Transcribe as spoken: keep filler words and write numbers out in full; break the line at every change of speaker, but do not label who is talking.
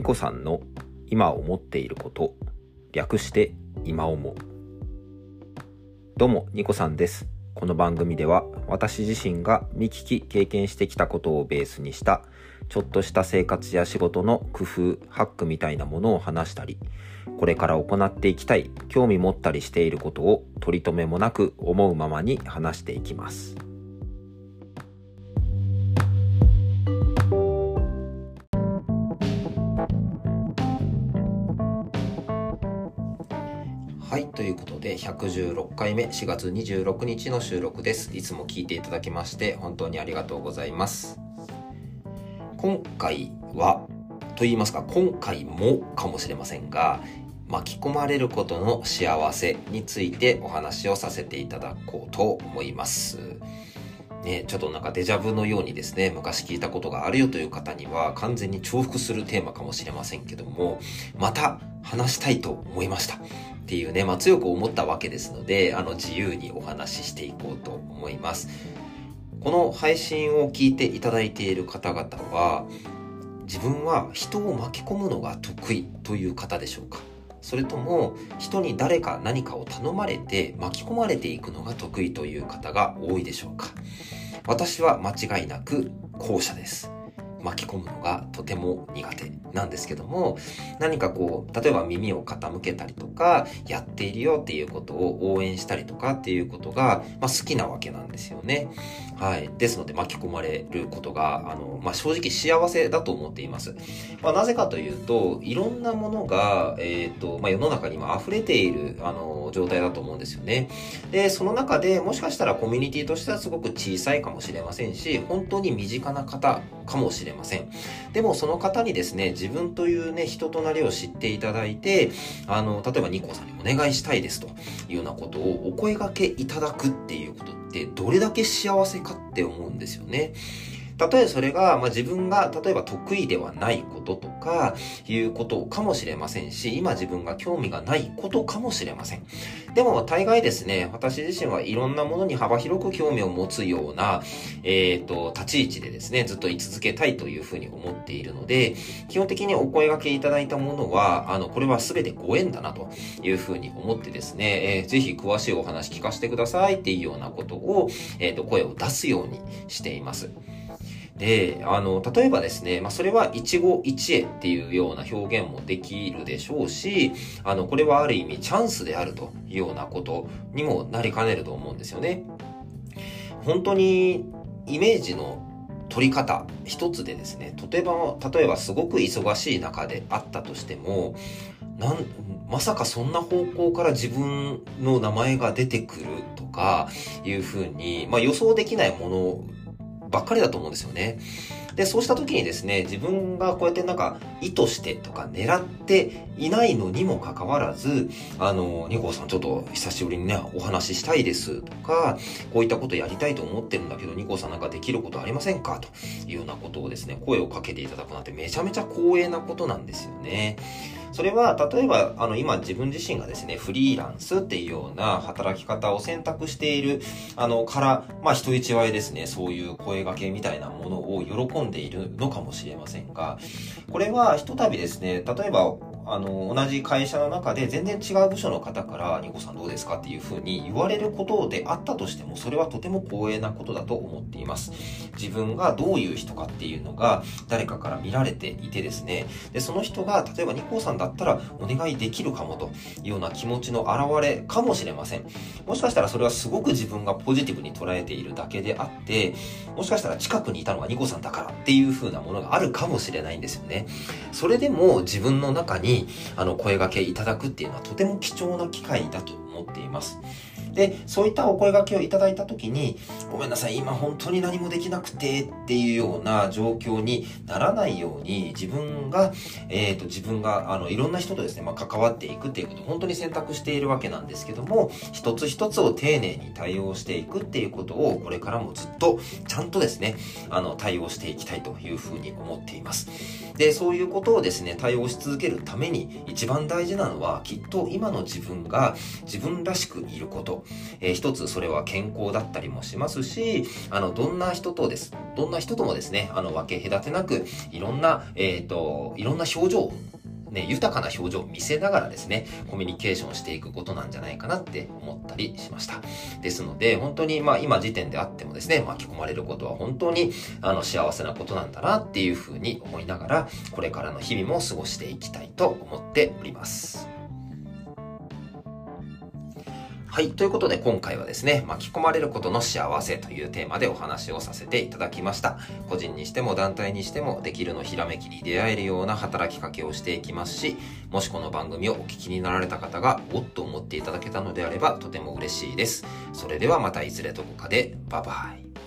ニコさんの今思っていること、略して今思う。どうもニコさんです。この番組では私自身が見聞き経験してきたことをベースにしたちょっとした生活や仕事の工夫、ハックみたいなものを話したり、これから行っていきたい、興味持ったりしていることを取り留めもなく思うままに話していきます。はい、ということでひゃくじゅうろっかいめしがつにじゅうろくにちの収録です。いつも聞いていただきまして本当にありがとうございます。今回はと言いますか、今回もかもしれませんが、巻き込まれることの幸せについてお話をさせていただこうと思います。ね、ちょっとなんかデジャブのようにですね、昔聞いたことがあるよという方には完全に重複するテーマかもしれませんけども、また話したいと思いましたっていうね、まあ強く思ったわけですので、あの自由にお話ししていこうと思います。この配信を聞いていただいている方々は、自分は人を巻き込むのが得意という方でしょうか？それとも人に誰か何かを頼まれて巻き込まれていくのが得意という方が多いでしょうか？私は間違いなく後者です。巻き込むのがとても苦手なんですけども、何かこう例えば耳を傾けたりとか、やっているよっていうことを応援したりとかっていうことが、まあ、好きなわけなんですよね。はい。ですので巻き込まれることがあの、まあ、正直幸せだと思っています。まあ、なぜかというと、いろんなものが、えーとまあ、世の中に今溢れているあの状態だと思うんですよね。で、その中でもしかしたらコミュニティとしてはすごく小さいかもしれませんし、本当に身近な方かもしれません。でもその方にですね、自分というね、人となりを知っていただいて、あの、例えばニコさんにお願いしたいですというようなことをお声掛けいただくっていうことってどれだけ幸せかって思うんですよね。たとえそれが、まあ、自分が例えば得意ではないこととかいうことかもしれませんし、今自分が興味がないことかもしれません。でも大概ですね、私自身はいろんなものに幅広く興味を持つような、えっと、立ち位置でですね、ずっと居続けたいというふうに思っているので、基本的にお声掛けいただいたものは、あの、これは全てご縁だなというふうに思ってですね、えー、ぜひ詳しいお話聞かせてくださいっていうようなことを、えっと、声を出すようにしています。で、あの、例えばですね、まあ、それは一期一会っていうような表現もできるでしょうし、あの、これはある意味チャンスであるというようなことにもなりかねると思うんですよね。本当にイメージの取り方一つでですね、例えば、例えばすごく忙しい中であったとしても、なんまさかそんな方向から自分の名前が出てくるとかいうふうに、まあ、予想できないものばっかりだと思うんですよね。で、そうした時にですね、自分がこうやってなんか意図してとか狙っていないのにもかかわらず、あの、ニコさんちょっと久しぶりにね、お話ししたいですとか、こういったことやりたいと思ってるんだけど、ニコさんなんかできることありませんかというようなことをですね、声をかけていただくなんてめちゃめちゃ光栄なことなんですよね。それは例えばあの今自分自身がですね、フリーランスっていうような働き方を選択しているあのからまあ人一倍ですね、そういう声掛けみたいなものを喜んでいるのかもしれませんが、これはひとたびですね、例えばあの同じ会社の中で全然違う部署の方からニコさんどうですかっていうふうに言われることであったとしても、それはとても光栄なことだと思っています。自分がどういう人かっていうのが誰かから見られていてですね、でその人が例えばニコさんだったらお願いできるかもというような気持ちの表れかもしれません。もしかしたらそれはすごく自分がポジティブに捉えているだけであって、もしかしたら近くにいたのがニコさんだからっていう風なものがあるかもしれないんですよね。それでも自分の中にあの声掛けいただくっていうのはとても貴重な機会だと思っています。で、そういったお声掛けをいただいたときに、ごめんなさい、今本当に何もできなくてっていうような状況にならないように、自分が、えっと、自分が、あの、いろんな人とですね、まあ、関わっていくっていうことを本当に選択しているわけなんですけども、一つ一つを丁寧に対応していくっていうことを、これからもずっと、ちゃんとですね、あの、対応していきたいというふうに思っています。で、そういうことをですね、対応し続けるために、一番大事なのは、きっと今の自分が自分らしくいること、 と、えー、一つそれは健康だったりもしますし、あの、どんな人とです、どんな人ともですね、あの、分け隔てなく、いろんな、えっと、いろんな表情をね、豊かな表情を見せながらですね、コミュニケーションしていくことなんじゃないかなって思ったりしました。ですので、本当にまあ今時点であってもですね、巻き込まれることは本当にあの幸せなことなんだなっていうふうに思いながら、これからの日々も過ごしていきたいと思っております。はい。ということで今回はですね、巻き込まれることの幸せというテーマでお話をさせていただきました。個人にしても団体にしてもできるのひらめきに出会えるような働きかけをしていきますし、もしこの番組をお聞きになられた方がおっと思っていただけたのであればとても嬉しいです。それではまたいずれどこかで。バイバイ。